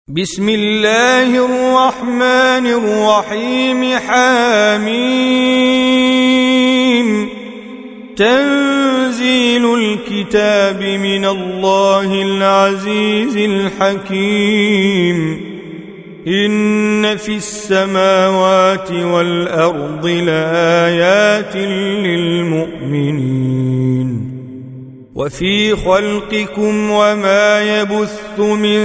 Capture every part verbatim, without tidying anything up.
بسم الله الرحمن الرحيم. حاميم. تنزيل الكتاب من الله العزيز الحكيم. إن في السماوات والأرض لآيات للمؤمنين وفي خلقكم وما يبث من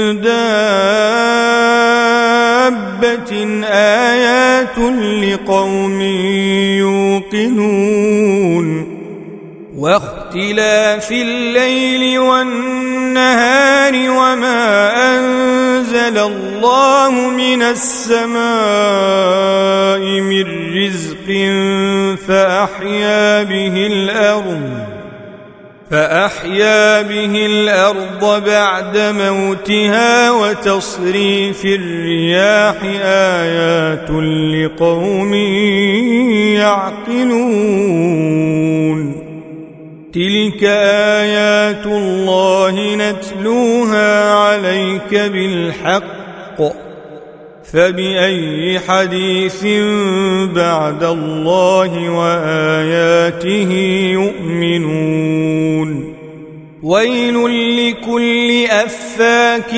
دابة آيات لقوم يوقنون. واختلاف الليل والنهار وما أنزل الله من السماء من رزق فأحيا به الأرض فأحيا به الأرض بعد موتها وتصريف الرياح آيات لقوم يعقلون. تلك آيات الله نتلوها عليك بالحق فبأي حديث بعد الله وآياته يؤمنون. ويل لكل أفاك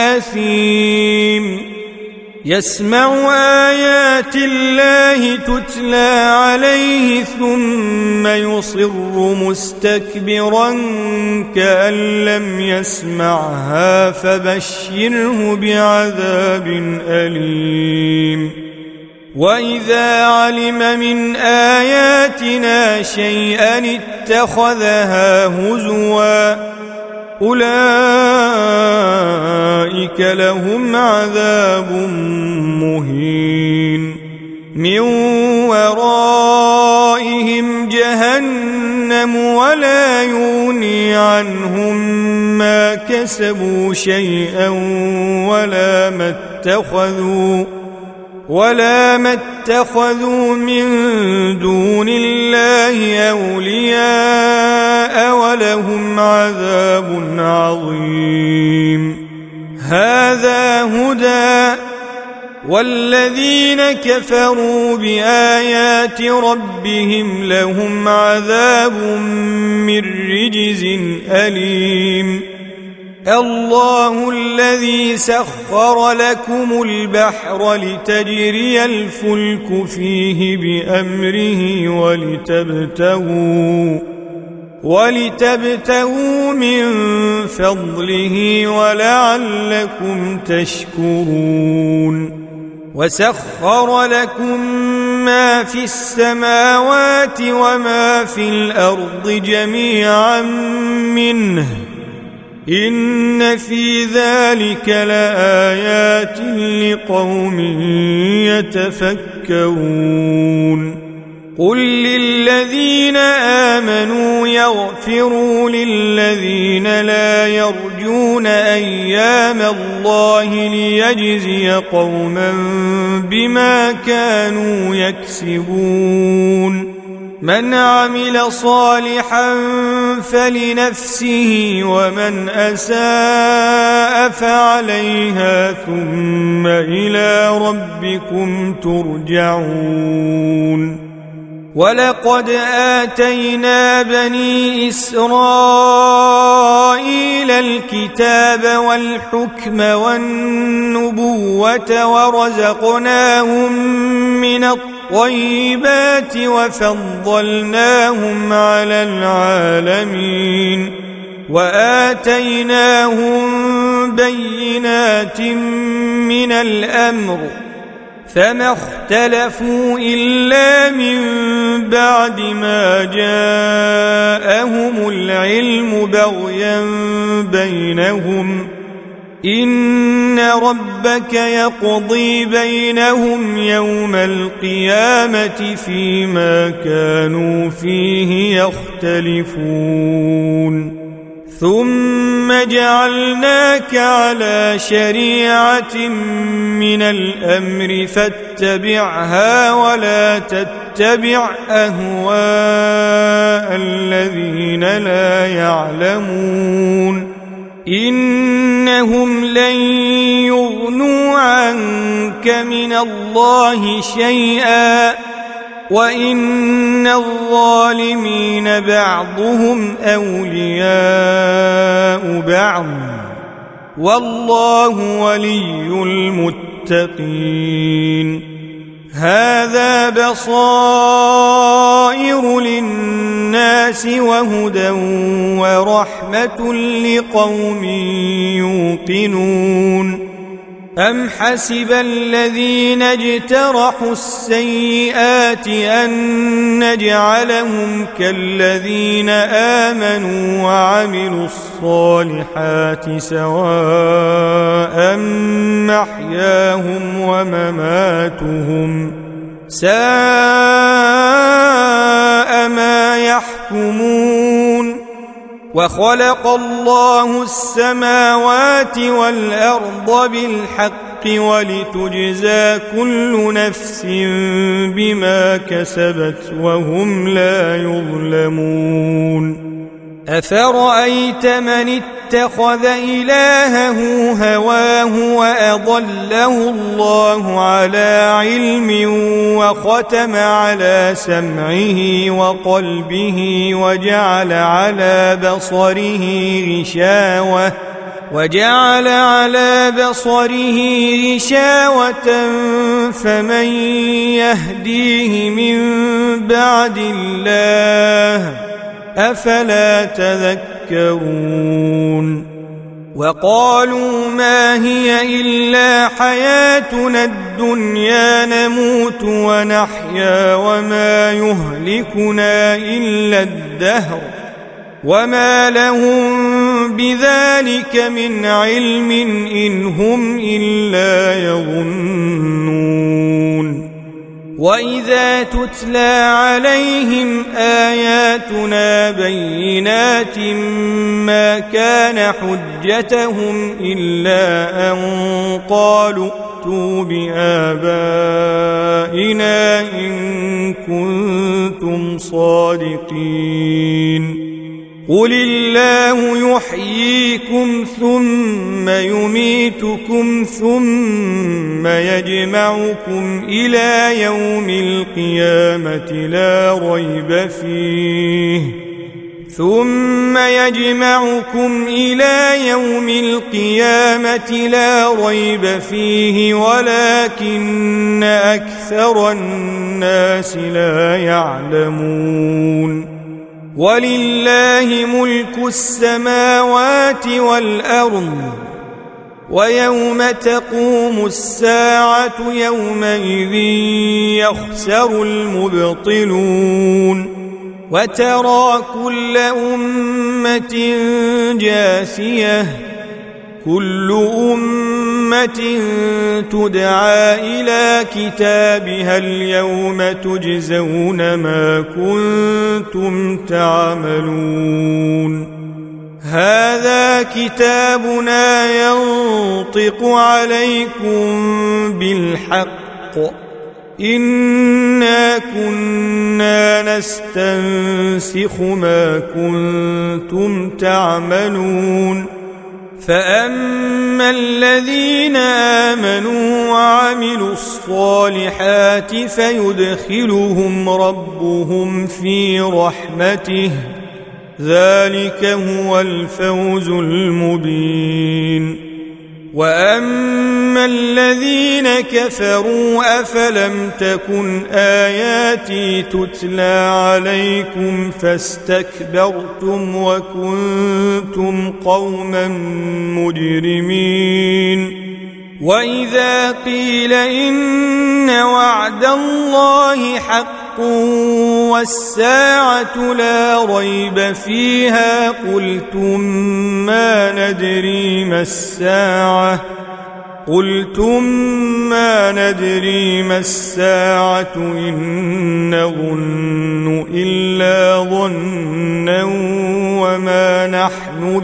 أثيم يسمع آيات الله تتلى عليه ثم يصر مستكبرا كأن لم يسمعها فبشره بعذاب أليم. وإذا علم من آياتنا شيئا اتخذها هزوا أولئك لهم عذاب مهين. من ورائهم جهنم ولا يغني عنهم ما كسبوا شيئا ولا ما اتخذوا ولا ما اتخذوا من دون الله أولياء ولهم عذاب عظيم. هذا هدى والذين كفروا بآيات ربهم لهم عذاب من رجز أليم. الله الذي سخر لكم البحر لتجري الفلك فيه بأمره ولتبتغوا ولتبتغوا من فضله ولعلكم تشكرون. وسخر لكم ما في السماوات وما في الأرض جميعا منه إن في ذلك لآيات لقوم يتفكرون. قل للذين آمنوا يغفروا للذين لا يرجون أيام الله ليجزي قوما بما كانوا يكسبون. من عمل صالحا فلنفسه ومن أساء فعليها ثم إلى ربكم ترجعون. ولقد آتينا بني إسرائيل الكتاب والحكم والنبوة ورزقناهم من الطيبات وفضلناهم على العالمين وآتيناهم بينات من الأمر فما اختلفوا إلا من بعد ما جاءهم العلم بغيا بينهم. إن ربك يقضي بينهم يوم القيامة فيما كانوا فيه يختلفون. ثم جعلناك على شريعة من الأمر فاتبعها ولا تتبع أهواء الذين لا يعلمون إنهم لن عنك من الله شيئا وإن الظالمين بعضهم أولياء بعض والله ولي المتقين. هذا بصائر للناس وهدى ورحمة لقوم يوقنون. أم حسب الذين اجترحوا السيئات أن نجعلهم كالذين آمنوا وعملوا الصالحات سواء محياهم ومماتهم ساء ما يحكمون. وخلق الله السماوات والأرض بالحق ولتجزى كل نفس بما كسبت وهم لا يظلمون. أفرأيت من اتخذ إلهه هواه وأضله الله على علم وختم على سمعه وقلبه وجعل على بصره غشاوة وجعل على بصره غشاوة فمن يهديه من بعد الله أفلا تذكرون. وقالوا ما هي إلا حياتنا الدنيا نموت ونحيا وما يهلكنا إلا الدهر وما لهم بذلك من علم إن هم إلا يظنون. وإذا تتلى عليهم آياتنا بينات ما كان حجتهم إلا أن قالوا ائتوا بآبائنا إن كنتم صادقين. قل الله يحييكم ثم يميتكم ثم يجمعكم إلى يوم القيامة لا ريب فيه ثم يجمعكم إلى يوم القيامة لا ريب فيه ولكن أكثر الناس لا يعلمون. ولله ملك السماوات والأرض ويوم تقوم الساعة يومئذ يخسر المبطلون. وترى كل أمة جاثية كل أمة تدعى إلى كتابها اليوم تجزون ما كنتم تعملون. هذا كتابنا ينطق عليكم بالحق إنا كنا نستنسخ ما كنتم تعملون. فأما الذين آمنوا وعملوا الصالحات فيدخلهم ربهم في رحمته ذلك هو الفوز المبين. وأما الذين كفروا أفلم تكن آياتي تتلى عليكم فاستكبرتم وكنتم قوما مجرمين. وإذا قيل إن وعد الله حق والساعة لا ريب فيها قلتم ما ندري ما الساعة قلتم ما ندري ما الساعة إن نظن إلا ظنا وما نحن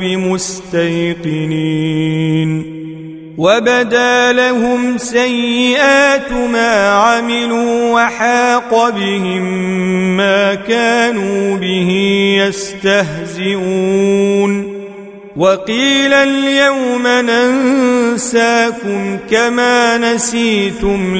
بمستيقنين. وبدا لهم سيئات ما عملوا وحاق بهم ما كانوا به يستهزئون. وقيل اليوم ننساكم كما نسيتم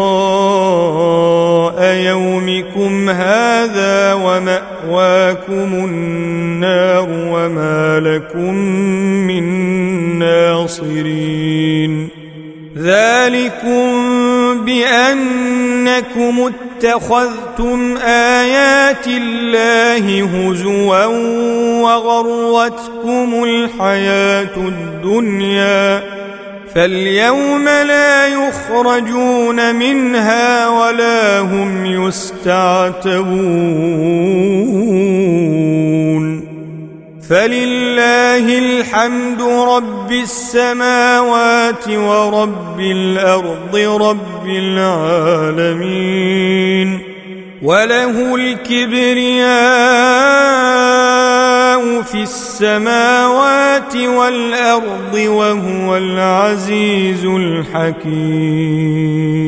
لقاء يومكم هذا ومأواكم النار وما لكم من ناصرين ذلكم بأنكم اتخذتم آيات الله هزوا وغرتكم الحياة الدنيا فاليوم لا يخرجون منها ولا هم يستعتبون فلله الحمد رب السماوات ورب الأرض رب العالمين وله الكبرياء في السماوات والأرض وهو العزيز الحكيم.